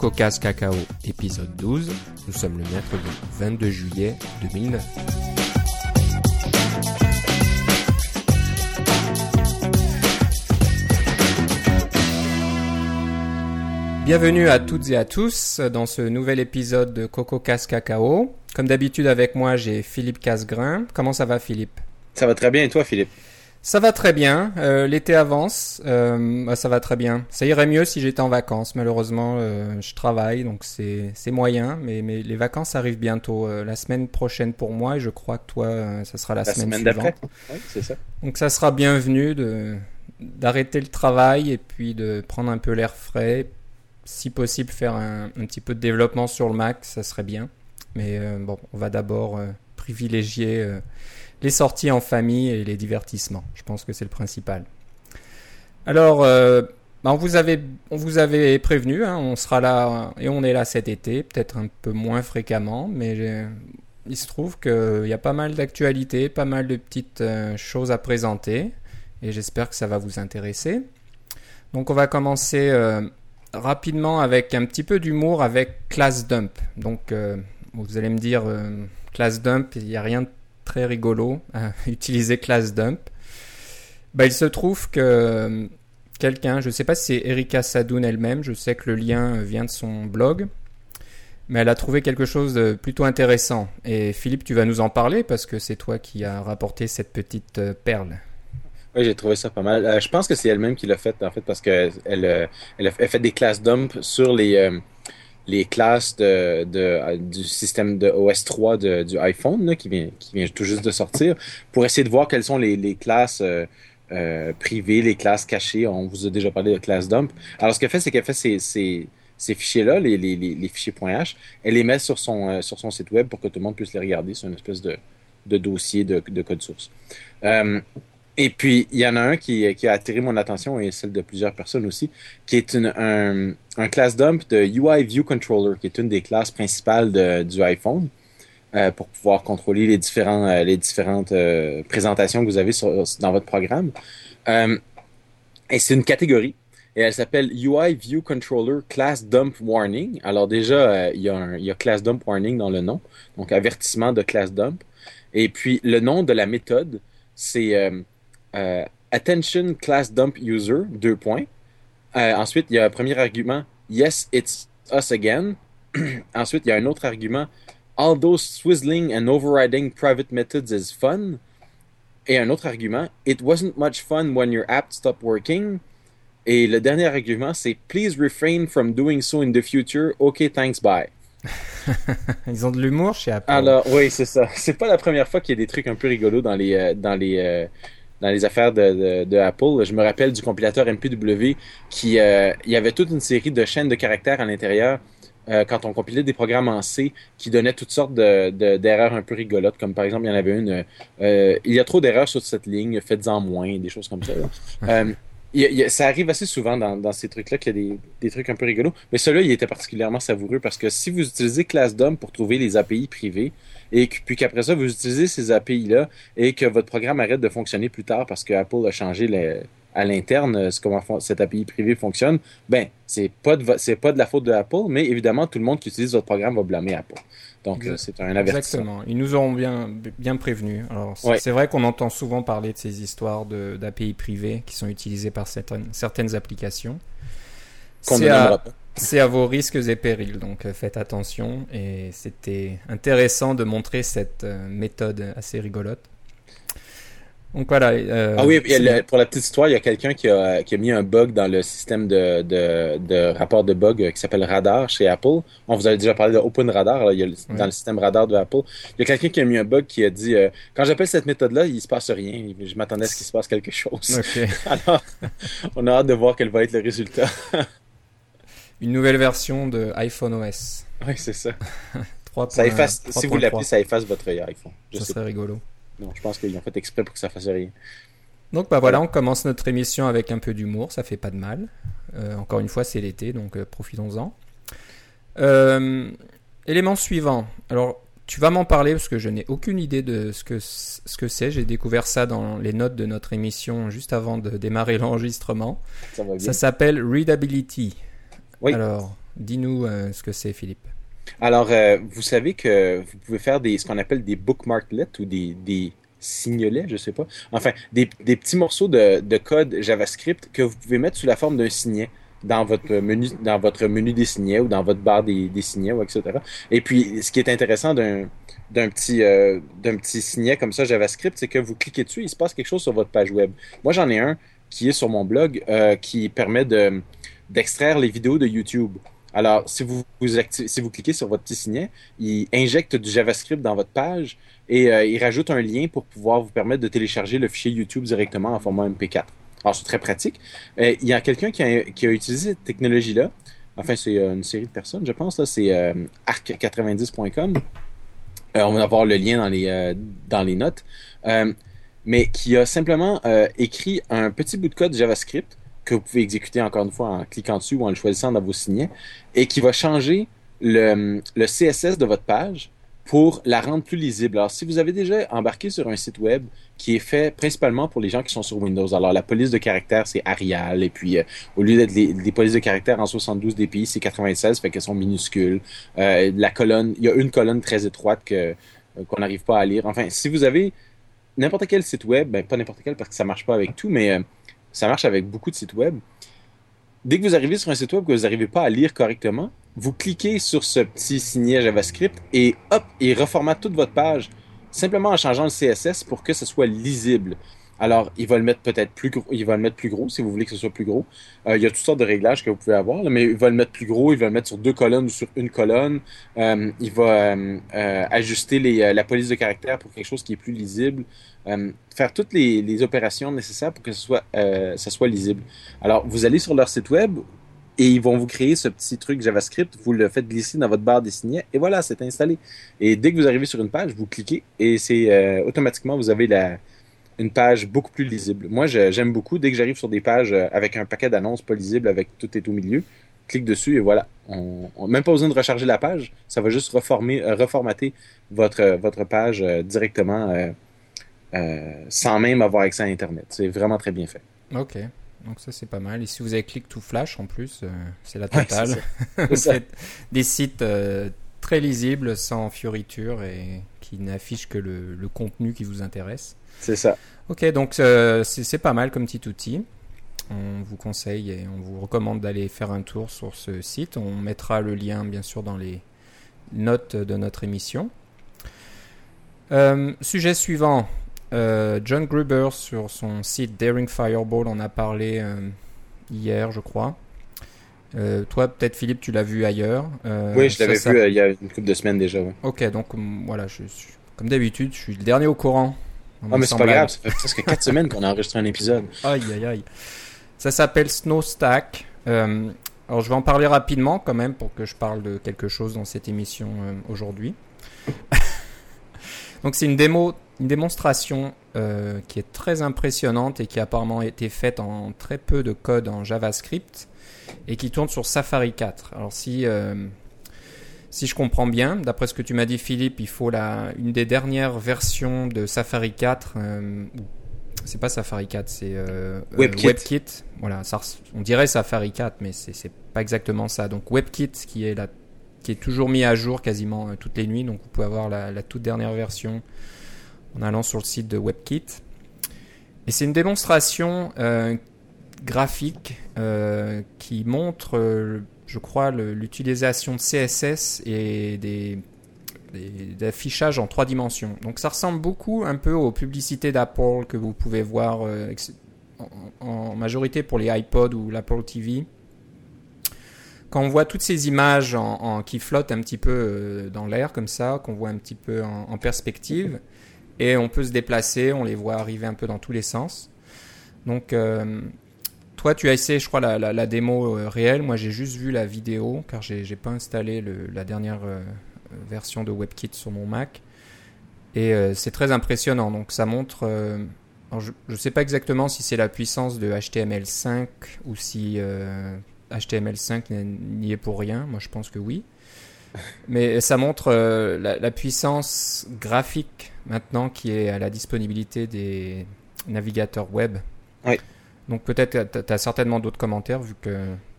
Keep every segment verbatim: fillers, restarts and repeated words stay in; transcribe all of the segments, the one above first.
CocoCast Cacao, épisode douze. Nous sommes le mercredi vingt-deux juillet deux mille neuf. Bienvenue à toutes et à tous dans ce nouvel épisode de CocoCast Cacao. Comme d'habitude avec moi, j'ai Philippe Casgrain. Comment ça va, Philippe? Ça va très bien, et toi, Philippe? Ça va très bien, euh, l'été avance, euh, bah, ça va très bien. Ça irait mieux si j'étais en vacances, malheureusement euh, je travaille, donc c'est, c'est moyen, mais, mais les vacances arrivent bientôt, euh, la semaine prochaine pour moi, et je crois que toi, euh, ça sera la, la semaine, semaine suivante. D'après. Oui, c'est ça. Donc ça sera bienvenu de, d'arrêter le travail et puis de prendre un peu l'air frais, si possible faire un, un petit peu de développement sur le Mac, ça serait bien. Mais euh, bon, on va d'abord euh, privilégier... Euh, les sorties en famille et les divertissements. Je pense que c'est le principal. Alors, euh, bah on, vous avait, on vous avait prévenu, hein, on sera là et on est là cet été, peut-être un peu moins fréquemment, mais euh, il se trouve qu'il y a pas mal d'actualités, pas mal de petites euh, choses à présenter et j'espère que ça va vous intéresser. Donc, on va commencer euh, rapidement avec un petit peu d'humour avec Class Dump. Donc, euh, vous allez me dire, euh, Class Dump, il n'y a rien de très rigolo à utiliser Class Dump. Bah, il se trouve que euh, quelqu'un, je ne sais pas si c'est Erika Sadoun elle-même, je sais que le lien vient de son blog, mais elle a trouvé quelque chose de plutôt intéressant. Et Philippe, tu vas nous en parler parce que c'est toi qui as rapporté cette petite euh, perle. Oui, j'ai trouvé ça pas mal. Euh, je pense que c'est elle-même qui l'a fait, en fait, parce qu'elle elle, elle, elle a fait des Class Dump sur les... Euh, les classes de, de, du système de O S trois de, du iPhone là, qui, vient, qui vient tout juste de sortir pour essayer de voir quelles sont les, les classes euh, euh, privées, les classes cachées. On vous a déjà parlé de Class Dump. Alors, ce qu'elle fait, c'est qu'elle fait ces, ces, ces fichiers-là, les, les, les, les fichiers .h, elle les met sur son, euh, sur son site web pour que tout le monde puisse les regarder. C'est une espèce de, de dossier de, de code source. Euh, Et puis, il y en a un qui, qui a attiré mon attention et celle de plusieurs personnes aussi, qui est une, un, un class dump de U I View Controller, qui est une des classes principales de, du iPhone, euh, pour pouvoir contrôler les, différents, euh, les différentes euh, présentations que vous avez sur, dans votre programme. Euh, et c'est une catégorie, et elle s'appelle U I View Controller Class Dump Warning. Alors déjà, euh, il y a un, il y a Class Dump Warning dans le nom, donc avertissement de Class Dump. Et puis, le nom de la méthode, c'est... Euh, Euh, attention class dump user, deux points. Euh, ensuite, il y a un premier argument, yes, it's us again. Ensuite, il y a un autre argument, although swizzling and overriding private methods is fun. Et un autre argument, it wasn't much fun when your app stopped working. Et le dernier argument, c'est please refrain from doing so in the future. Okay, thanks, bye. Ils ont de l'humour chez Apple. Alors, oui, c'est ça. C'est pas la première fois qu'il y a des trucs un peu rigolos dans les... Euh, dans les euh, dans les affaires de, de, de Apple. Je me rappelle du compilateur M P W qui, euh, il y avait toute une série de chaînes de caractères à l'intérieur euh, quand on compilait des programmes en C qui donnaient toutes sortes de, de, d'erreurs un peu rigolotes, comme par exemple, il y en avait une, euh, il y a trop d'erreurs sur cette ligne, faites-en moins, des choses comme ça. euh, il, il, ça arrive assez souvent dans, dans ces trucs-là qu'il y a des, des trucs un peu rigolos, mais celui-là, il était particulièrement savoureux parce que si vous utilisez Class Dump pour trouver les A P I privées, et que, puis qu'après ça, vous utilisez ces A P I-là et que votre programme arrête de fonctionner plus tard parce que Apple a changé les, à l'interne ce, comment fon- cette A P I privée fonctionne, ben, c'est pas de, c'est pas de la faute de Apple, mais évidemment, tout le monde qui utilise votre programme va blâmer Apple. Donc, exact. C'est un avertissement. Exactement. Ils nous ont bien, bien prévenus. Alors, c'est, ouais. c'est vrai qu'on entend souvent parler de ces histoires de, d'A P I privées qui sont utilisées par certaines, certaines applications. Qu'on c'est ne à, pas. C'est à vos risques et périls, donc euh, faites attention. Et c'était intéressant de montrer cette euh, méthode assez rigolote. Donc voilà. Euh, ah oui, le, pour la petite histoire, il y a quelqu'un qui a, qui a mis un bug dans le système de, de, de rapport de bug qui s'appelle Radar chez Apple. On vous avait déjà parlé de Open Radar, là, il y a le, oui. dans le système Radar de Apple. Il y a quelqu'un qui a mis un bug qui a dit euh, quand j'appelle cette méthode-là, il se passe rien. Je m'attendais à ce qu'il se passe quelque chose. Okay. Alors, on a hâte de voir quel va être le résultat. Une nouvelle version de iPhone O S. Oui, c'est ça. trois. ça efface, si vous l'appelez, ça efface votre iPhone. Je ça serait pas. Rigolo. Non, je pense qu'ils ont fait exprès pour que ça fasse rien. Donc bah voilà, on commence notre émission avec un peu d'humour, ça fait pas de mal. Euh, encore une fois, c'est l'été, donc euh, profitons-en. Euh, élément suivant. Alors, tu vas m'en parler parce que je n'ai aucune idée de ce que, ce que c'est. J'ai découvert ça dans les notes de notre émission juste avant de démarrer l'enregistrement. Ça va bien. Ça s'appelle Readability. Oui. Alors, Dis-nous euh, ce que c'est, Philippe. Alors, euh, vous savez que vous pouvez faire des, ce qu'on appelle des bookmarklets ou des, des signolets, je sais pas. Enfin, des, des petits morceaux de, de code JavaScript que vous pouvez mettre sous la forme d'un signet dans votre menu, dans votre menu des signets ou dans votre barre des, des signets, ou et cetera. Et puis, ce qui est intéressant d'un, d'un petit, euh, d'un petit signet comme ça JavaScript, c'est que vous cliquez dessus, il se passe quelque chose sur votre page web. Moi, j'en ai un qui est sur mon blog euh, qui permet de, d'extraire les vidéos de YouTube. Alors, si vous, vous acti- si vous cliquez sur votre petit signet, il injecte du JavaScript dans votre page et euh, il rajoute un lien pour pouvoir vous permettre de télécharger le fichier YouTube directement en format M P quatre. Alors, c'est très pratique. Euh, il y a quelqu'un qui a, qui a utilisé cette technologie-là. Enfin, c'est euh, une série de personnes, je pense. Là, c'est euh, arc quatre-vingt-dix point com. Euh, on va avoir le lien dans les, euh, dans les notes. Euh, mais qui a simplement euh, écrit un petit bout de code JavaScript que vous pouvez exécuter encore une fois en cliquant dessus ou en le choisissant dans vos signets, et qui va changer le, le C S S de votre page pour la rendre plus lisible. Alors, si vous avez déjà embarqué sur un site web qui est fait principalement pour les gens qui sont sur Windows, alors la police de caractère, c'est Arial, et puis euh, au lieu d'être les, les polices de caractère en soixante-douze D P I, c'est quatre-vingt-seize, fait qu'elles sont minuscules. Euh, la colonne, il y a une colonne très étroite que euh, qu'on n'arrive pas à lire. Enfin, si vous avez n'importe quel site web, ben pas n'importe quel parce que ça marche pas avec tout, mais euh, ça marche avec beaucoup de sites web. Dès que vous arrivez sur un site web que vous n'arrivez pas à lire correctement, vous cliquez sur ce petit signet JavaScript et hop, il reformate toute votre page simplement en changeant le C S S pour que ce soit lisible. Alors, il va le mettre peut-être plus gros, il va le mettre plus gros si vous voulez que ce soit plus gros. Euh, il y a toutes sortes de réglages que vous pouvez avoir, là, mais il va le mettre plus gros, il va le mettre sur deux colonnes ou sur une colonne. Euh, il va euh, euh, ajuster les, euh, la police de caractère pour quelque chose qui est plus lisible. Euh, faire toutes les, les opérations nécessaires pour que ce soit, euh, ça soit lisible. Alors, vous allez sur leur site web et ils vont vous créer ce petit truc JavaScript, vous le faites glisser dans votre barre des signets et voilà, c'est installé. Et dès que vous arrivez sur une page, vous cliquez et c'est euh, automatiquement, vous avez la, une page beaucoup plus lisible. Moi, je, j'aime beaucoup, dès que j'arrive sur des pages euh, avec un paquet d'annonces pas lisibles, avec tout est au milieu, clique dessus et voilà. On, on même pas besoin de recharger la page, ça va juste reformer, euh, reformater votre, votre page euh, directement euh, euh, sans même avoir accès à Internet. C'est vraiment très bien fait. Ok, donc ça c'est pas mal. Et si vous avez Click to Flash en plus, euh, c'est la Ouais, totale. c'est ça. C'est des sites euh, très lisibles, sans fioriture et qui n'affichent que le, le contenu qui vous intéresse. C'est ça. Ok, donc euh, c'est, c'est pas mal comme petit outil. On vous conseille et on vous recommande d'aller faire un tour sur ce site. On mettra le lien bien sûr dans les notes de notre émission. Euh, sujet suivant. Euh, John Gruber sur son site Daring Fireball en a parlé euh, hier, je crois. Euh, toi, peut-être Philippe, tu l'as vu ailleurs. Euh, Oui, je l'avais ça, vu ça... euh, il y a une couple de semaines déjà. Ouais. Ok, donc um, voilà, je suis, comme d'habitude, je suis le dernier au courant. Ah, mais c'est pas grave, ça fait presque quatre semaines qu'on a enregistré un épisode. Aïe, aïe, aïe. Ça s'appelle Snowstack. Euh, alors, je vais en parler rapidement quand même pour que je parle de quelque chose dans cette émission euh, aujourd'hui. Donc, c'est une démo, une démonstration euh, qui est très impressionnante et qui a apparemment été faite en très peu de code en JavaScript et qui tourne sur Safari quatre. Alors, si, euh, si je comprends bien, d'après ce que tu m'as dit, Philippe, il faut la, une des dernières versions de Safari quatre. Euh, c'est pas Safari quatre, c'est euh, WebKit. Euh, WebKit. Voilà, ça, on dirait Safari quatre, mais c'est, c'est pas exactement ça. Donc, WebKit, qui est la qui est toujours mis à jour quasiment euh, toutes les nuits. Donc, vous pouvez avoir la, la toute dernière version en allant sur le site de WebKit. Et c'est une démonstration euh, graphique euh, qui montre, euh, je crois, le, l'utilisation de C S S et des, des, d'affichage en trois dimensions. Donc, ça ressemble beaucoup un peu aux publicités d'Apple que vous pouvez voir euh, en, en majorité pour les iPods ou l'Apple T V. Quand on voit toutes ces images en, en, qui flottent un petit peu euh, dans l'air comme ça, qu'on voit un petit peu en, en perspective, et on peut se déplacer, on les voit arriver un peu dans tous les sens. Donc, euh, toi, tu as essayé, je crois, la, la, la démo euh, réelle. Moi, j'ai juste vu la vidéo, car j'ai, j'ai pas installé le, la dernière euh, version de WebKit sur mon Mac. Et euh, c'est très impressionnant. Donc, ça montre... Euh, alors je ne sais pas exactement si c'est la puissance de H T M L cinq ou si... Euh, H T M L cinq n'y est pour rien, moi je pense que oui. Mais ça montre euh, la, la puissance graphique maintenant qui est à la disponibilité des navigateurs web. Oui. Donc peut-être tu as certainement d'autres commentaires vu que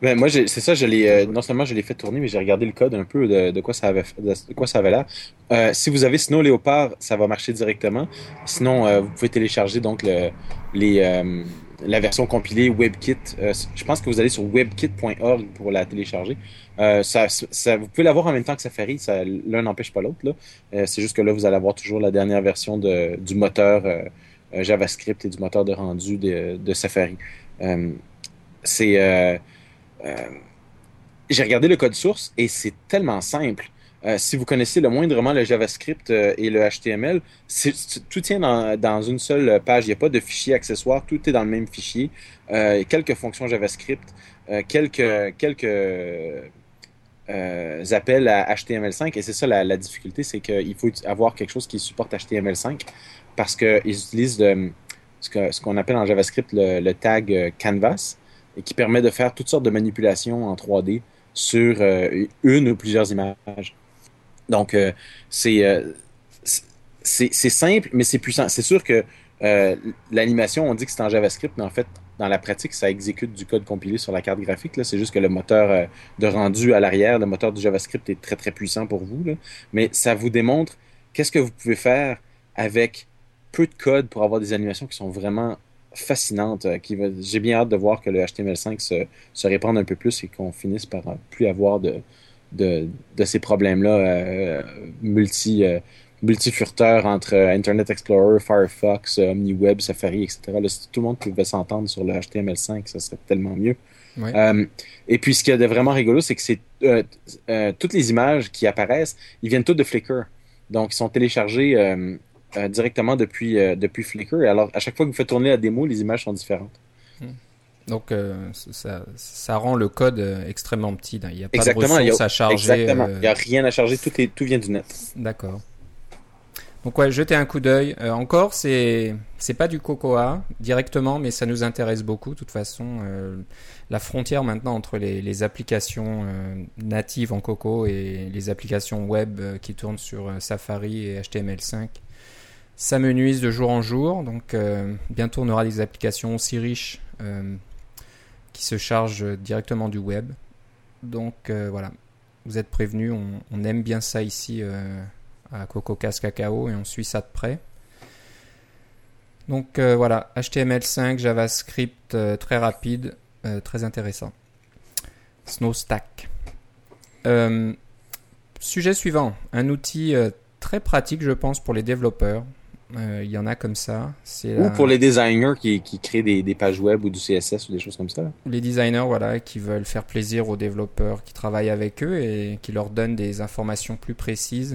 Ben, moi, j'ai- c'est ça, je l'ai, euh, non seulement je l'ai fait tourner, mais j'ai regardé le code un peu de, de quoi ça avait, de quoi ça avait l'air. Euh, si vous avez Snow Leopard, ça va marcher directement. Sinon, euh, vous pouvez télécharger donc le, les, euh, la version compilée WebKit. Euh, je pense que vous allez sur webkit point org pour la télécharger. Euh, ça, ça, vous pouvez l'avoir en même temps que Safari, ça, l'un n'empêche pas l'autre, là. Euh, c'est juste que là, vous allez avoir toujours la dernière version de, du moteur euh, euh, JavaScript et du moteur de rendu de, de Safari. Euh, c'est euh, euh, j'ai regardé le code source et c'est tellement simple. Euh, si vous connaissez le moindrement le JavaScript euh, et le H T M L, c'est, c'est- tout tient dans, dans une seule page. Il n'y a pas de fichier accessoire, tout est dans le même fichier. Euh, quelques fonctions JavaScript, euh, quelques quelques euh, appels à H T M L cinq. Et c'est ça la, la difficulté, c'est qu'il faut avoir quelque chose qui supporte H T M L cinq parce qu'ils utilisent le- ce que- ce qu'on appelle en JavaScript le, le tag euh, Canvas et qui permet de faire toutes sortes de manipulations en trois D sur euh, une ou plusieurs images. Donc, euh, c'est, euh, c'est c'est simple, mais c'est puissant. C'est sûr que euh, l'animation, on dit que c'est en JavaScript, mais en fait, dans la pratique, ça exécute du code compilé sur la carte graphique. Là. C'est juste que le moteur euh, de rendu à l'arrière, le moteur du JavaScript est très, très puissant pour vous. Là. Mais ça vous démontre qu'est-ce que vous pouvez faire avec peu de code pour avoir des animations qui sont vraiment fascinantes. euh, Qui va... J'ai bien hâte de voir que le H T M L cinq se, se répande un peu plus et qu'on finisse par euh, plus avoir de, de, de ces problèmes-là euh, multi, euh, multifurteurs entre euh, Internet Explorer, Firefox, euh, OmniWeb, Safari, et cetera. Là, si tout le monde pouvait s'entendre sur le H T M L cinq, ça serait tellement mieux. Ouais. Euh, et puis, ce qu'il y a de vraiment rigolo, c'est que c'est euh, euh, toutes les images qui apparaissent, ils viennent toutes de Flickr. Donc, ils sont téléchargés euh, euh, directement depuis, euh, depuis Flickr. Et alors, à chaque fois que vous faites tourner la démo, les images sont différentes. Donc euh, ça, ça rend le code euh, extrêmement petit. Il n'y a pas Exactement, de il y a, ressources à charger. exactement. euh, Il n'y a rien à charger, tout, est, tout vient du net. D'accord. Donc ouais, jetez un coup d'œil. Euh, encore, c'est c'est pas du Cocoa directement, mais ça nous intéresse beaucoup. De toute façon, euh, la frontière maintenant entre les, les applications euh, natives en Coco et les applications web euh, qui tournent sur euh, Safari et H T M L cinq, ça me nuise de jour en jour. Donc euh, bientôt, on aura des applications aussi riches euh, qui se chargent directement du web. Donc euh, voilà, vous êtes prévenus. On, on aime bien ça ici. Euh, à CocoCast Cacao et on suit ça de près. Donc euh, voilà, H T M L cinq, JavaScript euh, très rapide, euh, très intéressant. Snowstack. Euh, sujet suivant, un outil euh, très pratique je pense pour les développeurs. Euh, il y en a comme ça. C'est Ou la... pour les designers qui, qui créent des, des pages web ou du C S S ou des choses comme ça. Les designers voilà, qui veulent faire plaisir aux développeurs qui travaillent avec eux et qui leur donnent des informations plus précises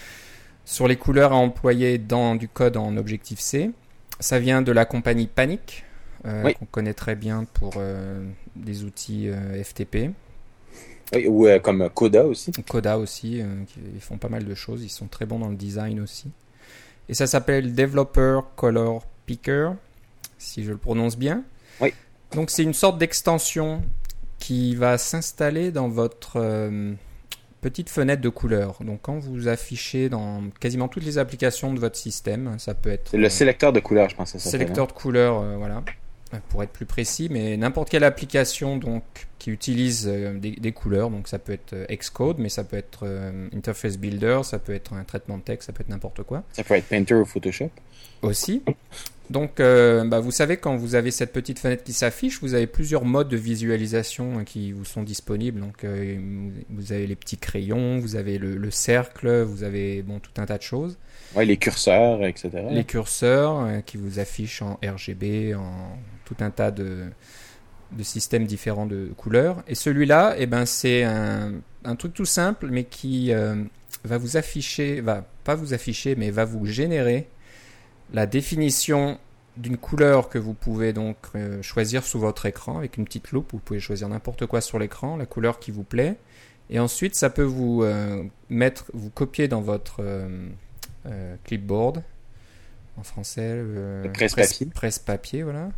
sur les couleurs à employer dans du code en Objective-C. Ça vient de la compagnie Panic, euh, Oui. qu'on connaît très bien pour euh, des outils euh, F T P. Oui, ou euh, comme Coda aussi. Coda aussi, euh, qui, ils font pas mal de choses. Ils sont très bons dans le design aussi. Et ça s'appelle Developer Color Picker, si je le prononce bien. Oui. Donc c'est une sorte d'extension qui va s'installer dans votre... Euh, petite fenêtre de couleur. Donc quand vous affichez dans quasiment toutes les applications de votre système, ça peut être... C'est le sélecteur de couleurs, je pense que ça s'appelle. Sélecteur de couleurs, euh, voilà, pour être plus précis, mais n'importe quelle application donc, qui utilise euh, des, des couleurs, donc ça peut être euh, Xcode, mais ça peut être euh, Interface Builder, ça peut être un traitement de texte, ça peut être n'importe quoi. Ça peut être Painter ou Photoshop. Aussi. Donc, euh, bah, vous savez, quand vous avez cette petite fenêtre qui s'affiche, vous avez plusieurs modes de visualisation qui vous sont disponibles. Donc, euh, vous avez les petits crayons, vous avez le, le cercle, vous avez bon, tout un tas de choses. Oui, les curseurs, et cetera. Les curseurs euh, qui vous affichent en R G B, en tout un tas de, de systèmes différents de couleurs. Et celui-là, eh ben, c'est un, un truc tout simple, mais qui euh, va vous afficher, va pas vous afficher, mais va vous générer la définition d'une couleur que vous pouvez donc euh, choisir sous votre écran avec une petite loupe. Vous pouvez choisir n'importe quoi sur l'écran, la couleur qui vous plaît. Et ensuite, ça peut vous euh, mettre, vous copier dans votre euh, euh, clipboard, en français, euh, presse-papier. Presse-papier, voilà.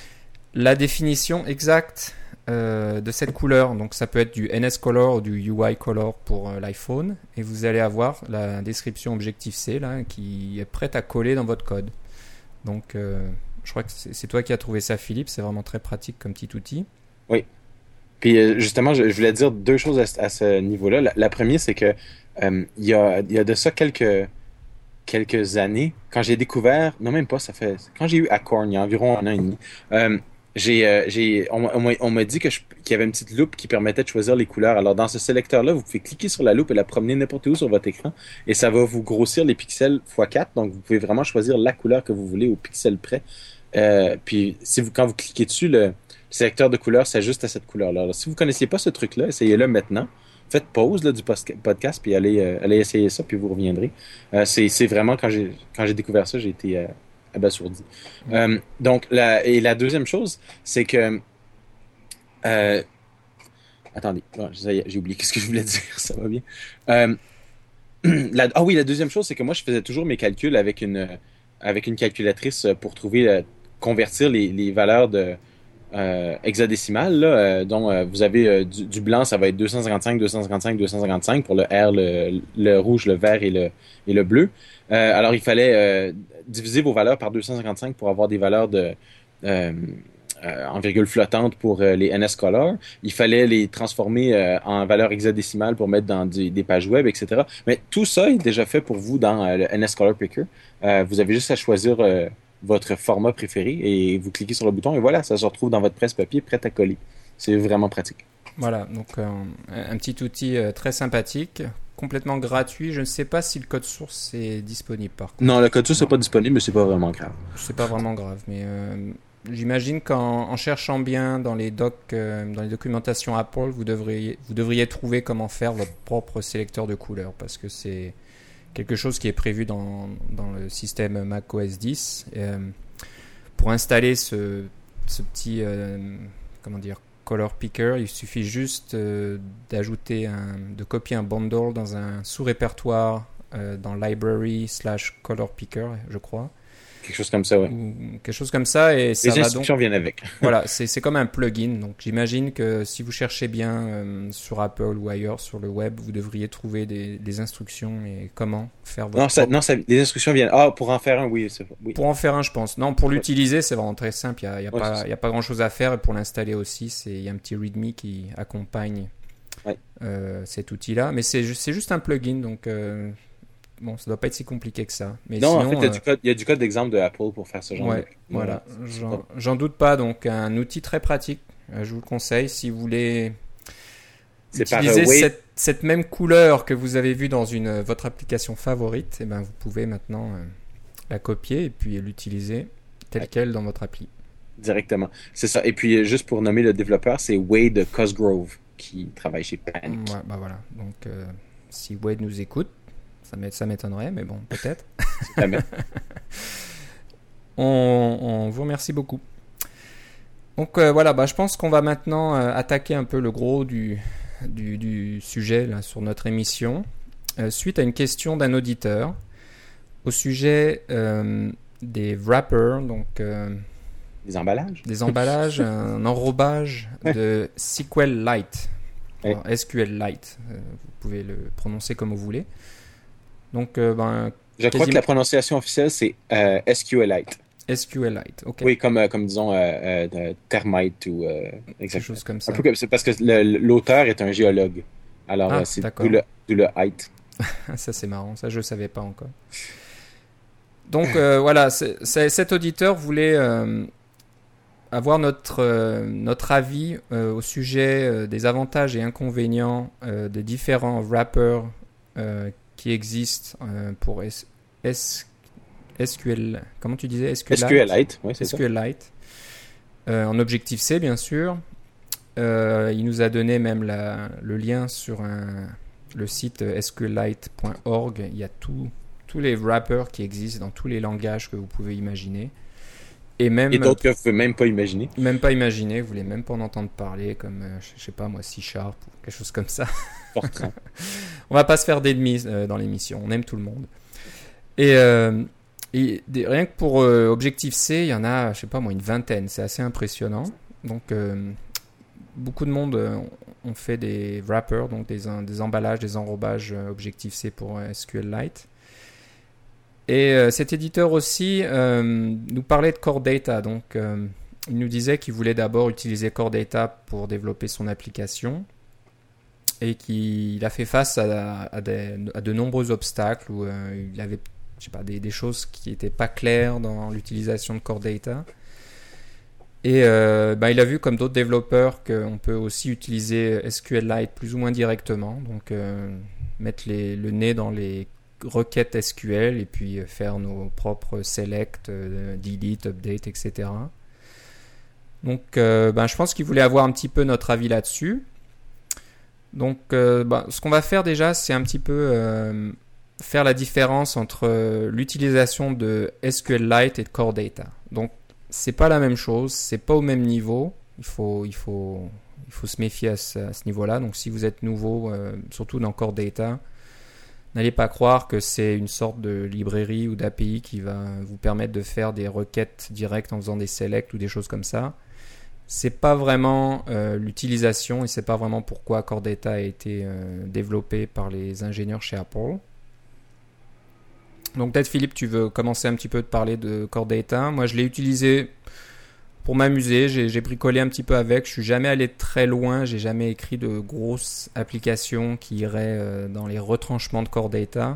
La définition exacte euh, de cette couleur. Donc, ça peut être du N S Color ou du U I Color pour euh, l'iPhone. Et vous allez avoir la description Objective-C là, qui est prête à coller dans votre code. Donc, euh, je crois que c'est, c'est toi qui as trouvé ça, Philippe. C'est vraiment très pratique comme petit outil. Oui. Puis euh, justement, je, je voulais dire deux choses à, ce à ce niveau-là. La, la première, c'est que euh, il y a, il y a de ça quelques, quelques années, quand j'ai découvert, non même pas, ça fait, quand j'ai eu Acorn, il y a environ un an et demi, euh, j'ai, euh, j'ai, on, m'a- on m'a on m'a dit que je- qu'il y avait une petite loupe qui permettait de choisir les couleurs. Alors dans ce sélecteur-là, vous pouvez cliquer sur la loupe et la promener n'importe où sur votre écran, et ça va vous grossir les pixels fois quatre. Donc vous pouvez vraiment choisir la couleur que vous voulez au pixel près. Euh, puis si vous, quand vous cliquez dessus, le, le sélecteur de couleurs s'ajuste à cette couleur-là. Alors, si vous connaissiez pas ce truc-là, essayez-le maintenant. Faites pause là, du post- podcast, puis allez, euh, allez essayer ça, puis vous reviendrez. Euh, c'est, c'est vraiment, quand j'ai, quand j'ai découvert ça, j'ai été euh, abasourdi. Euh, donc, la, et la deuxième chose, c'est que... Euh, attendez, bon, ça y est, j'ai oublié qu'est-ce que je voulais dire, ça va bien. Euh, la, ah oui, la deuxième chose, c'est que moi, je faisais toujours mes calculs avec une, avec une calculatrice pour trouver, euh, convertir les, les valeurs de euh, hexadécimales, là, euh, dont euh, vous avez euh, du, du blanc, ça va être deux cent cinquante-cinq, deux cent cinquante-cinq, deux cent cinquante-cinq pour le R, le, le rouge, le vert et le, et le bleu. Euh, alors, il fallait euh, diviser vos valeurs par deux cent cinquante-cinq pour avoir des valeurs de... Euh, euh, en virgule flottante pour euh, les N S Color. Il fallait les transformer euh, en valeur hexadécimale pour mettre dans du- des pages web, et cetera. Mais tout ça est déjà fait pour vous dans euh, le N S Color Picker. Euh, vous avez juste à choisir euh, votre format préféré et vous cliquez sur le bouton et voilà, ça se retrouve dans votre presse-papier prêt à coller. C'est vraiment pratique. Voilà, donc euh, un petit outil euh, très sympathique, complètement gratuit. Je ne sais pas si le code source est disponible par contre. Non, le code source n'est pas disponible, mais c'est pas vraiment grave. C'est pas vraiment grave, mais euh, j'imagine qu'en en cherchant bien dans les docs, euh, dans les documentations Apple, vous devriez, vous devriez trouver comment faire votre propre sélecteur de couleurs, parce que c'est quelque chose qui est prévu dans, dans le système macOS dix. Euh, pour installer ce, ce petit, euh, comment dire, color picker, il suffit juste euh, d'ajouter un, de copier un bundle dans un sous-répertoire euh, dans library slash color picker, je crois. Quelque chose comme ça, ouais. Ou quelque chose comme ça, et ça Les va instructions donc... viennent avec. Voilà, c'est, c'est comme un plugin. Donc j'imagine que si vous cherchez bien euh, sur Apple ou ailleurs sur le web, vous devriez trouver des, des instructions et comment faire votre Non, ça, propre- non ça, les instructions viennent. Ah, pour en faire un, oui. c'est- oui. Pour en faire un, je pense. Non, pour l'utiliser, c'est vraiment très simple. Il n'y a, il y a Ouais, c'est pas, ça. il y a pas grand-chose à faire. Et pour l'installer aussi, c'est, il y a un petit README qui accompagne Ouais. euh, cet outil-là. Mais c'est, ju- c'est juste un plugin, donc euh, bon, ça doit pas être si compliqué que ça. Mais Non, sinon, en fait, il y a euh, du code, il y a du code d'exemple de Apple pour faire ce genre ouais, de... voilà, Non, c'est j'en, pas- j'en doute pas. Donc un outil très pratique. Euh, je vous le conseille si vous voulez C'est par utiliser euh, Wave. cette, cette même couleur que vous avez vue dans une, euh, votre application favorite. Et ben, vous pouvez maintenant euh, la copier et puis l'utiliser telle Ouais. quelle dans votre appli. Directement. C'est ça. Et puis, euh, juste pour nommer le développeur, c'est Wade Cosgrove qui travaille chez Panic. Ouais, bah voilà. Donc, euh, si Wade nous écoute, ça, m'é- ça m'étonnerait, mais bon, peut-être. C'est jamais. on, on vous remercie beaucoup. Donc euh, voilà, bah, je pense qu'on va maintenant euh, attaquer un peu le gros du, du, du sujet là, sur notre émission, euh, suite à une question d'un auditeur au sujet euh, des wrappers, donc euh, Des emballages. des emballages, un enrobage de SQLite. Ouais. Alors, S Q L Lite, euh, vous pouvez le prononcer comme vous voulez. Donc, euh, ben, Je crois quasiment- que la prononciation officielle, c'est euh, SQLite. SQLite, ok. Oui, comme, euh, comme disons, euh, euh, de Termite ou... Euh, Quelque exactement. chose comme Un ça. peu comme, c'est parce que le- l'auteur est un géologue. Alors, Ah, euh, c'est d'accord. d'où le, d'où le height. Ça, c'est marrant. Ça, je ne savais pas encore. Donc, euh, voilà. c'est- c'est- cet auditeur voulait euh, avoir notre, euh, notre avis euh, au sujet euh, des avantages et inconvénients euh, des différents wrappers euh, qui existent euh, pour S- S- SQL. Comment tu disais? SQLite. SQLite, oui, c'est ça. SQLite. Euh, en Objective-C, bien sûr. Euh, il nous a donné même la, le lien sur un, le site S Q Lite point org. Il y a tout, tous les wrappers qui existent dans tous les langages que vous pouvez imaginer. Et même, Et d'autres que vous ne pouvez même pas imaginer. même pas imaginer, vous voulez même pas en entendre parler, comme, euh, je sais pas moi, C Sharp ou quelque chose comme ça. Fortran. On va pas se faire d'ennemis euh, dans l'émission, on aime tout le monde. Et, euh, et des- rien que pour euh, Objective-C, il y en a, je sais pas moi, une vingtaine. C'est assez impressionnant. Donc, euh, beaucoup de monde euh, ont fait des wrappers, donc des, des emballages, des enrobages euh, Objective-C pour euh, SQLite. Et euh, cet éditeur aussi euh, nous parlait de Core Data. Donc, euh, il nous disait qu'il voulait d'abord utiliser Core Data pour développer son application et qu'il a fait face à, à, des, à de nombreux obstacles où euh, il avait je sais pas, des, des choses qui n'étaient pas claires dans l'utilisation de Core Data. Et euh, bah, il a vu, comme d'autres développeurs, qu'on peut aussi utiliser SQLite plus ou moins directement. Donc, euh, mettre les, le nez dans les requêtes S Q L et puis faire nos propres select, euh, delete, update, et cetera. Donc, euh, ben, je pense qu'il voulait avoir un petit peu notre avis là-dessus. Donc, euh, ben, ce qu'on va faire déjà, c'est un petit peu euh, faire la différence entre l'utilisation de SQLite et de Core Data. Donc, c'est pas la même chose, c'est pas au même niveau. Il faut, il faut, il faut se méfier à ce, à ce niveau-là. Donc, si vous êtes nouveau, euh, surtout dans Core Data, n'allez pas croire que c'est une sorte de librairie ou d'A P I qui va vous permettre de faire des requêtes directes en faisant des selects ou des choses comme ça. C'est pas vraiment euh, l'utilisation et c'est pas vraiment pourquoi Core Data a été euh, développé par les ingénieurs chez Apple. Donc peut-être Philippe, tu veux commencer un petit peu de parler de Core Data. Moi je l'ai utilisé pour m'amuser, j'ai, j'ai bricolé un petit peu avec. Je suis jamais allé très loin, j'ai jamais écrit de grosses applications qui iraient euh, dans les retranchements de Core Data.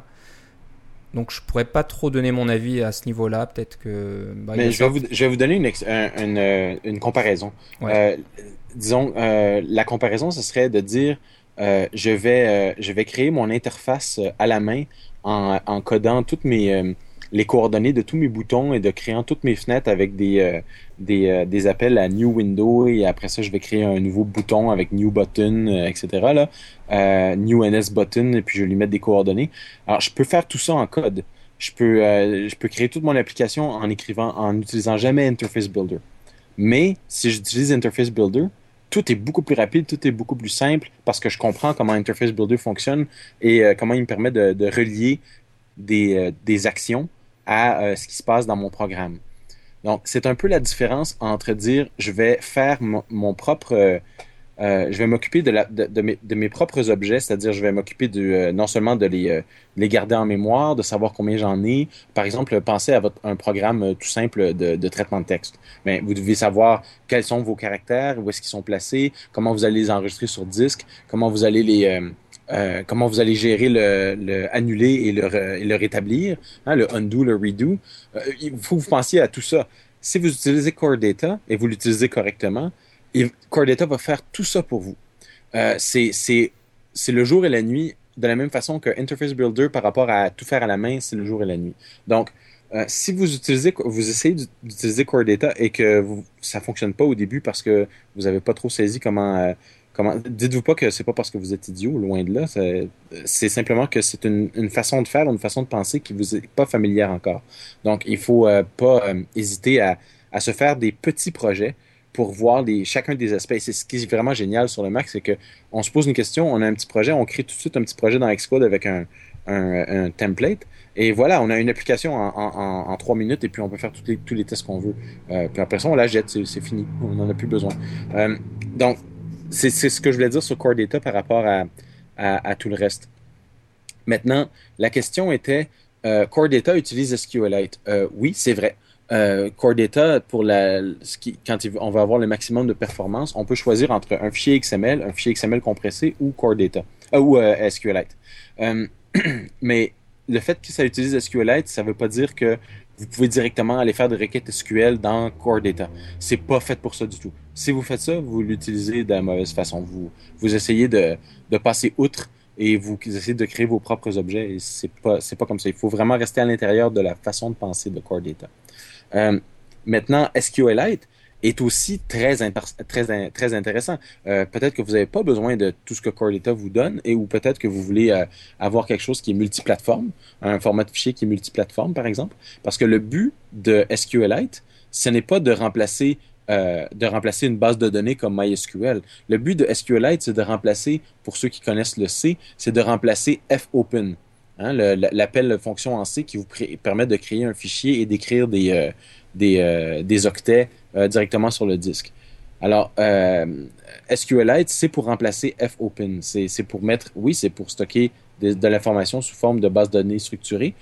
Donc je pourrais pas trop donner mon avis à ce niveau-là. Peut-être que. Bah, Mais je vais, vous, je vais vous donner une, ex, un, une, une comparaison. Ouais. Euh, disons, euh, la comparaison, ce serait de dire, euh, je vais, euh, je vais créer mon interface à la main en, en codant toutes mes euh, les coordonnées de tous mes boutons et de créant toutes mes fenêtres avec des euh, des, euh, des appels à New Window et après ça, je vais créer un nouveau bouton avec New Button, euh, et cetera. Là, euh, New N S Button et puis je vais lui mettre des coordonnées. Alors, je peux faire tout ça en code. Je peux, euh, je peux créer toute mon application en écrivant, en n'utilisant jamais Interface Builder. Mais si j'utilise Interface Builder, tout est beaucoup plus rapide, tout est beaucoup plus simple parce que je comprends comment Interface Builder fonctionne et euh, comment il me permet de, de relier des, euh, des actions à euh, ce qui se passe dans mon programme. Donc, c'est un peu la différence entre dire je vais faire mon, mon propre... Euh, Euh, je vais m'occuper de, la, de, de, mes, de mes propres objets, c'est-à-dire je vais m'occuper de, euh, non seulement de les, euh, les garder en mémoire, de savoir combien j'en ai. Par exemple, pensez à votre, un programme euh, tout simple de, de traitement de texte. Mais vous devez savoir quels sont vos caractères, où est-ce qu'ils sont placés, comment vous allez les enregistrer sur disque, comment vous allez les... Euh, Euh, comment vous allez gérer le, le annuler et le, et le rétablir, hein, le undo, le redo. Euh, il faut que vous pensiez à tout ça. Si vous utilisez Core Data et vous l'utilisez correctement, et Core Data va faire tout ça pour vous. Euh, c'est, c'est, c'est le jour et la nuit, de la même façon que Interface Builder par rapport à tout faire à la main, c'est le jour et la nuit. Donc, euh, si vous utilisez, vous essayez d'utiliser Core Data et que vous, ça fonctionne pas au début parce que vous avez pas trop saisi comment, euh, comment, dites-vous pas que c'est pas parce que vous êtes idiot, loin de là. C'est, c'est simplement que c'est une, une façon de faire, une façon de penser qui vous est pas familière encore. Donc, il faut euh, pas euh, hésiter à, à se faire des petits projets pour voir les, chacun des aspects. C'est ce qui est vraiment génial sur le Mac, c'est que on se pose une question, on a un petit projet, on crée tout de suite un petit projet dans Xcode avec un, un, un template, et voilà, on a une application en, en, en trois minutes, et puis on peut faire tous les, tous les tests qu'on veut. Euh, puis après ça, on la jette, c'est, c'est fini, on n'en a plus besoin. Euh, donc, c'est, c'est ce que je voulais dire sur Core Data par rapport à, à, à tout le reste. Maintenant, la question était, euh, Core Data utilise SQLite. Euh, oui, c'est vrai. Euh, Core Data, pour la, ce qui, quand il, on va avoir le maximum de performance, on peut choisir entre un fichier X M L, un fichier X M L compressé ou Core Data, euh, ou euh, SQLite. Euh, mais le fait que ça utilise SQLite, ça ne veut pas dire que vous pouvez directement aller faire des requêtes S Q L dans Core Data. C'est pas fait pour ça du tout. Si vous faites ça, vous l'utilisez de la mauvaise façon. Vous, vous essayez de, de passer outre et vous essayez de créer vos propres objets. Et c'est pas, c'est pas comme ça. Il faut vraiment rester à l'intérieur de la façon de penser de Core Data. Euh, maintenant, SQLite est aussi très, inter- très, très intéressant. Euh, peut-être que vous n'avez pas besoin de tout ce que Core Data vous donne, et ou peut-être que vous voulez euh, avoir quelque chose qui est multiplateforme, un format de fichier qui est multiplateforme, par exemple. Parce que le but de SQLite, ce n'est pas de remplacer, euh, de remplacer une base de données comme MySQL. Le but de SQLite, c'est de remplacer, pour ceux qui connaissent le C, c'est de remplacer fopen. Hein, le, l'appel de fonction en C qui vous pré- permet de créer un fichier et d'écrire des, euh, des, euh, des octets euh, directement sur le disque. Alors, euh, SQLite, c'est pour remplacer fopen. C'est, c'est pour mettre, oui, c'est pour stocker de, de l'information sous forme de base de données structurée,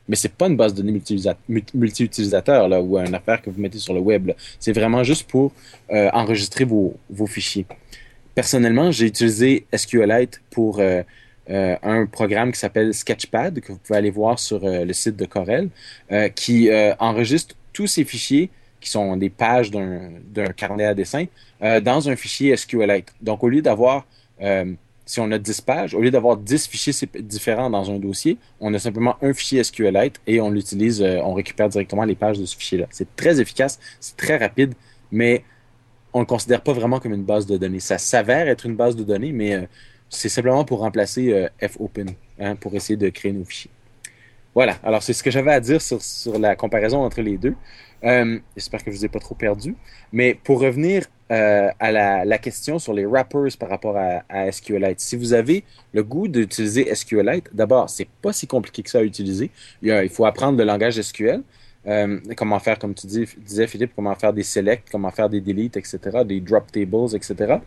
mais c'est pas une base de données multi-utilisa- multi-utilisateur là, ou une affaire que vous mettez sur le web. Là. C'est vraiment juste pour euh, enregistrer vos, vos fichiers. Personnellement, j'ai utilisé SQLite pour euh, euh, un programme qui s'appelle Sketchpad, que vous pouvez aller voir sur euh, le site de Corel, euh, qui euh, enregistre tous ces fichiers qui sont des pages d'un, d'un carnet à dessin euh, dans un fichier SQLite. Donc, au lieu d'avoir, euh, si on a dix pages, au lieu d'avoir dix fichiers différents dans un dossier, on a simplement un fichier SQLite et on l'utilise, euh, on récupère directement les pages de ce fichier-là. C'est très efficace, c'est très rapide, mais on ne le considère pas vraiment comme une base de données. Ça s'avère être une base de données, mais euh, c'est simplement pour remplacer euh, fopen, hein, pour essayer de créer nos fichiers. Voilà, alors c'est ce que j'avais à dire sur, sur la comparaison entre les deux. Euh, j'espère que je ne vous ai pas trop perdu. Mais pour revenir euh, à la, la question sur les wrappers par rapport à, à SQLite, si vous avez le goût d'utiliser SQLite, d'abord, c'est pas si compliqué que ça à utiliser. Il, y a, il faut apprendre le langage S Q L. Euh, comment faire, comme tu dis, disais Philippe, comment faire des selects, comment faire des deletes, et cetera, des drop tables, et cetera,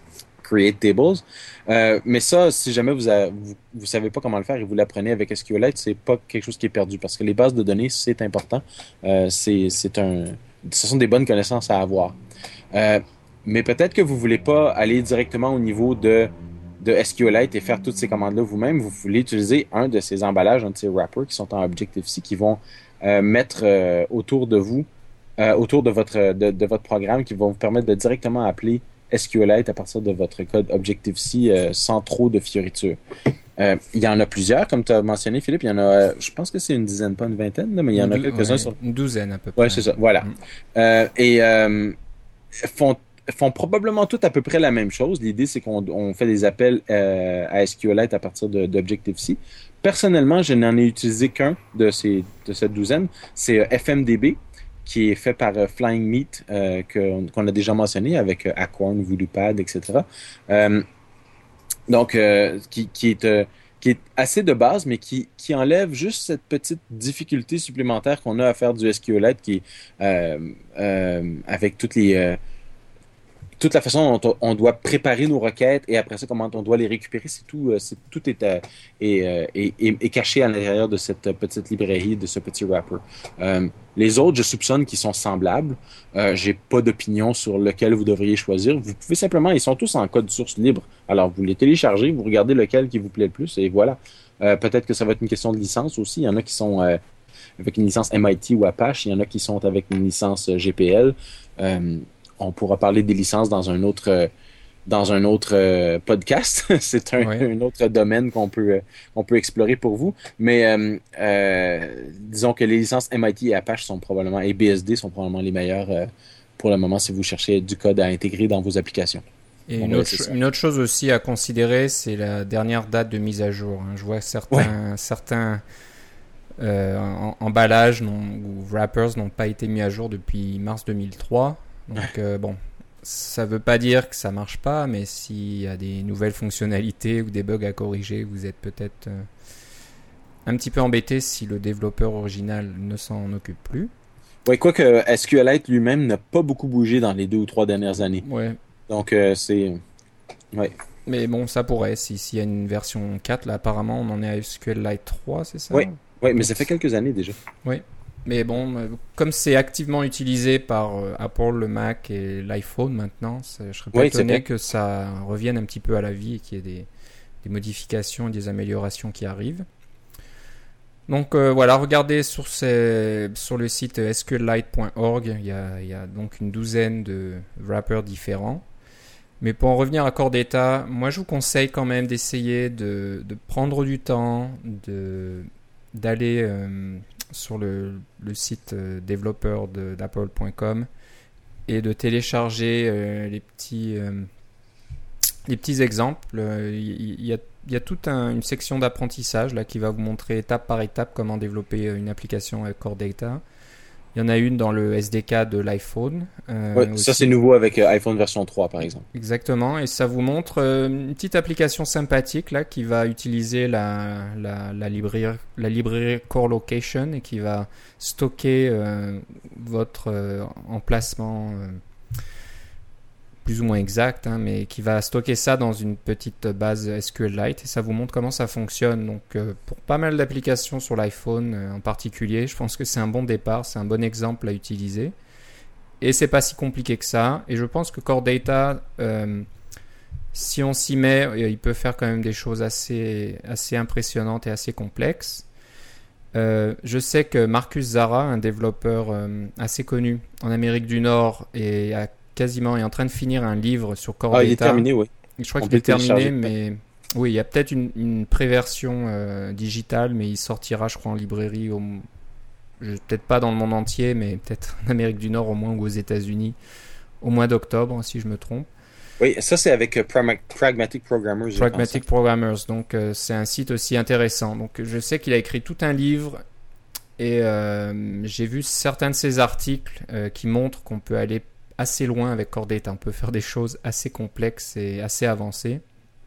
create tables. Euh, mais ça, si jamais vous, a, vous vous savez pas comment le faire et vous l'apprenez avec SQLite, c'est pas quelque chose qui est perdu parce que les bases de données, c'est important. Euh, c'est, c'est un, ce sont des bonnes connaissances à avoir. Euh, mais peut-être que vous voulez pas aller directement au niveau de de SQLite et faire toutes ces commandes-là vous-même. Vous voulez utiliser un de ces emballages, un de ces wrappers qui sont en Objective-C, qui vont euh, mettre euh, autour de vous, euh, autour de votre, de, de votre programme, qui vont vous permettre de directement appeler SQLite à partir de votre code Objective-C euh, sans trop de fioritures. Euh, il y en a plusieurs, comme tu as mentionné, Philippe. Il y en a, euh, je pense que c'est une dizaine, pas une vingtaine, là, mais il y en a quelques-uns. Ouais, sur... Une douzaine à peu près. Oui, c'est ça. Voilà. Mm. Euh, et euh, font font probablement toutes à peu près la même chose. L'idée, c'est qu'on on fait des appels euh, à SQLite à partir de, d'Objective-C. Personnellement, je n'en ai utilisé qu'un de, ces, de cette douzaine. C'est euh, F M D B, qui est fait par euh, Flying Meat, euh, que, qu'on a déjà mentionné avec euh, Acorn, VoodooPad, et cetera. Euh, donc, euh, qui, qui est... Euh, qui est assez de base, mais qui, qui enlève juste cette petite difficulté supplémentaire qu'on a à faire du SQLite, qui est euh, euh, avec toutes les... Euh, toute la façon dont on doit préparer nos requêtes et après ça, comment on doit les récupérer, c'est tout, c'est, tout est, est, est, est, est caché à l'intérieur de cette petite librairie, de ce petit wrapper. Euh, les autres, je soupçonne qu'ils sont semblables. Euh, j'ai pas d'opinion sur lequel vous devriez choisir. Vous pouvez simplement, ils sont tous en code source libre. Alors, vous les téléchargez, vous regardez lequel qui vous plaît le plus et voilà. Euh, peut-être que ça va être une question de licence aussi. Il y en a qui sont euh, avec une licence M I T ou Apache. Il y en a qui sont avec une licence G P L. Euh, On pourra parler des licences dans un autre euh, dans un autre euh, podcast. C'est un, ouais. un autre domaine qu'on peut euh, qu'on peut explorer pour vous. Mais euh, euh, disons que les licences M I T et Apache sont probablement et B S D sont probablement les meilleures euh, pour le moment si vous cherchez du code à intégrer dans vos applications. Et une autre, une autre chose aussi à considérer, c'est la dernière date de mise à jour. Je vois certains ouais. certains euh, emballages non, ou wrappers n'ont pas été mis à jour depuis mars deux mille trois. Donc euh, bon, ça veut pas dire que ça marche pas, mais s'il y a des nouvelles fonctionnalités ou des bugs à corriger, vous êtes peut-être euh, un petit peu embêté si le développeur original ne s'en occupe plus. Oui, quoique SQLite lui-même n'a pas beaucoup bougé dans les deux ou trois dernières années. Ouais. Donc euh, c'est... Ouais. Mais bon, ça pourrait, si, s'il y a une version quatre, là apparemment on en est à SQLite trois, c'est ça? Oui, oui, mais ça fait quelques années déjà. Oui. Mais bon, comme c'est activement utilisé par euh, Apple, le Mac et l'iPhone maintenant, ça, je serais pas oui, étonné que ça revienne un petit peu à la vie et qu'il y ait des, des modifications et des améliorations qui arrivent. Donc euh, voilà, regardez sur, ces, sur le site S Q Lite point org, il y a, il y a donc une douzaine de wrappers différents. Mais pour en revenir à Core Data, moi je vous conseille quand même d'essayer de, de prendre du temps, de, d'aller... Euh, sur le, le site euh, développeur de, d'apple point com et de télécharger euh, les petits euh, les petits exemples. Il euh, y, y, a, y a toute un, une section d'apprentissage là qui va vous montrer étape par étape comment développer une application avec Core Data. Il y en a une dans le S D K de l'iPhone. Euh, ouais, ça c'est nouveau avec euh, iPhone version trois par exemple. Exactement, et ça vous montre euh, une petite application sympathique là qui va utiliser la, la, la, librairie, la librairie Core Location et qui va stocker euh, votre euh, emplacement euh, plus ou moins exact, hein, mais qui va stocker ça dans une petite base SQLite et ça vous montre comment ça fonctionne. Donc euh, pour pas mal d'applications sur l'iPhone euh, en particulier, je pense que c'est un bon départ, c'est un bon exemple à utiliser. Et c'est pas si compliqué que ça. Et je pense que Core Data, euh, si on s'y met, il peut faire quand même des choses assez, assez impressionnantes et assez complexes. Euh, je sais que Marcus Zara, un développeur euh, assez connu en Amérique du Nord, et a quasiment est en train de finir un livre sur Core Ah, Data. il est terminé, oui. Je crois On qu'il est peut le terminé, télécharger. mais oui, il y a peut-être une, une pré-version euh, digitale, mais il sortira, je crois, en librairie, au... je- peut-être pas dans le monde entier, mais peut-être en Amérique du Nord au moins ou aux États-Unis au mois d'octobre, si je me trompe. Oui, ça c'est avec euh, Pragma- Pragmatic Programmers, je Pragmatic pense. Programmers, donc euh, c'est un site aussi intéressant. Donc je sais qu'il a écrit tout un livre et euh, j'ai vu certains de ses articles euh, qui montrent qu'on peut aller assez loin avec Core Data. On peut faire des choses assez complexes et assez avancées.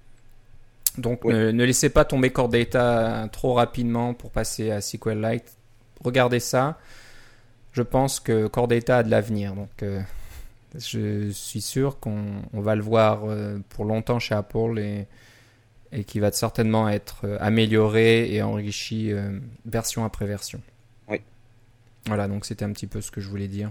Donc Oui. ne, ne laissez pas tomber Core Data trop rapidement pour passer à SQLite. Regardez ça. Je pense que Core Data a de l'avenir. Donc euh, je suis sûr qu'on on va le voir euh, pour longtemps chez Apple et, et qui va certainement être euh, amélioré et enrichi euh, version après version. Oui. Voilà, donc c'était un petit peu ce que je voulais dire.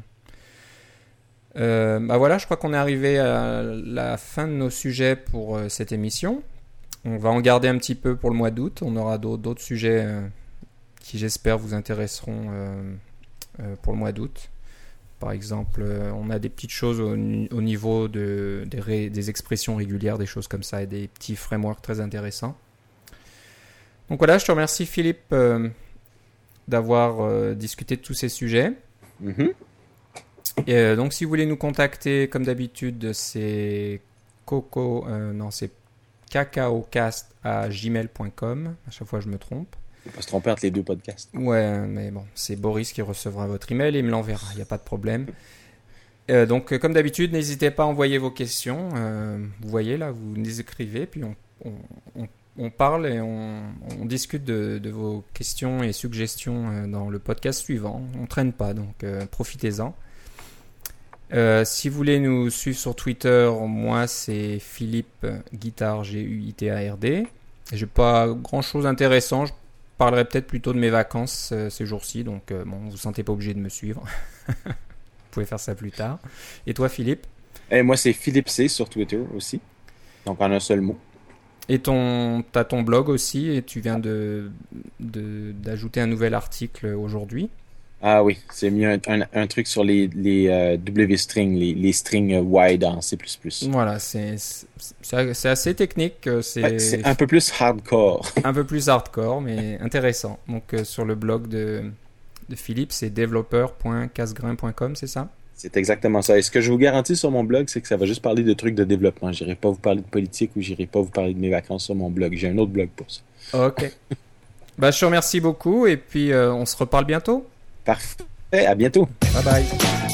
Euh, bah voilà, je crois qu'on est arrivé à la fin de nos sujets pour euh, cette émission. On va en garder un petit peu pour le mois d'août. On aura d'autres, d'autres sujets euh, qui, j'espère, vous intéresseront euh, euh, pour le mois d'août. Par exemple, euh, on a des petites choses au, au niveau de, des, ré, des expressions régulières, des choses comme ça, et des petits frameworks très intéressants. Donc voilà, je te remercie Philippe euh, d'avoir euh, discuté de tous ces sujets. Mhm. Et euh, donc si vous voulez nous contacter, comme d'habitude, c'est coco, euh, non c'est cacaocast à gmail point com. À chaque fois je me trompe. Faut pas se tromper entre les deux podcasts. Ouais, mais bon, c'est Boris qui recevra votre email et il me l'enverra, il n'y a pas de problème. Euh, donc, euh, comme d'habitude, n'hésitez pas à envoyer vos questions. Euh, vous voyez, là, vous les écrivez, puis on, on, on, on parle et on, on discute de, de vos questions et suggestions euh, dans le podcast suivant. On ne traîne pas, donc euh, profitez-en. Euh, si vous voulez nous suivre sur Twitter, moi, c'est Philippe Guitard, G U I T A R D. J'ai pas grand-chose d'intéressant. Je Je parlerai peut-être plutôt de mes vacances euh, ces jours-ci, donc euh, bon, vous ne vous sentez pas obligé de me suivre. Vous pouvez faire ça plus tard. Et toi, Philippe? Et moi, c'est Philippe C sur Twitter aussi. Donc, en un seul mot. Et ton, t'as ton blog aussi, et tu viens de, de, d'ajouter un nouvel article aujourd'hui. Ah oui, c'est mis un, un, un truc sur les, les euh, W-strings, les, les strings euh, wide en C plus plus. Voilà, c'est, c'est, c'est assez technique, c'est, Ouais, c'est un peu plus hardcore. un peu plus hardcore, mais intéressant. Donc euh, sur le blog de, de Philippe, c'est developer point cassegrain point com, c'est ça? C'est exactement ça. Et ce que je vous garantis sur mon blog, c'est que ça va juste parler de trucs de développement. J'irai pas vous parler de politique ou j'irai pas vous parler de mes vacances sur mon blog. J'ai un autre blog pour ça. Ok. Bah, je te remercie beaucoup et puis euh, on se reparle bientôt. Parfait. À bientôt. Bye bye.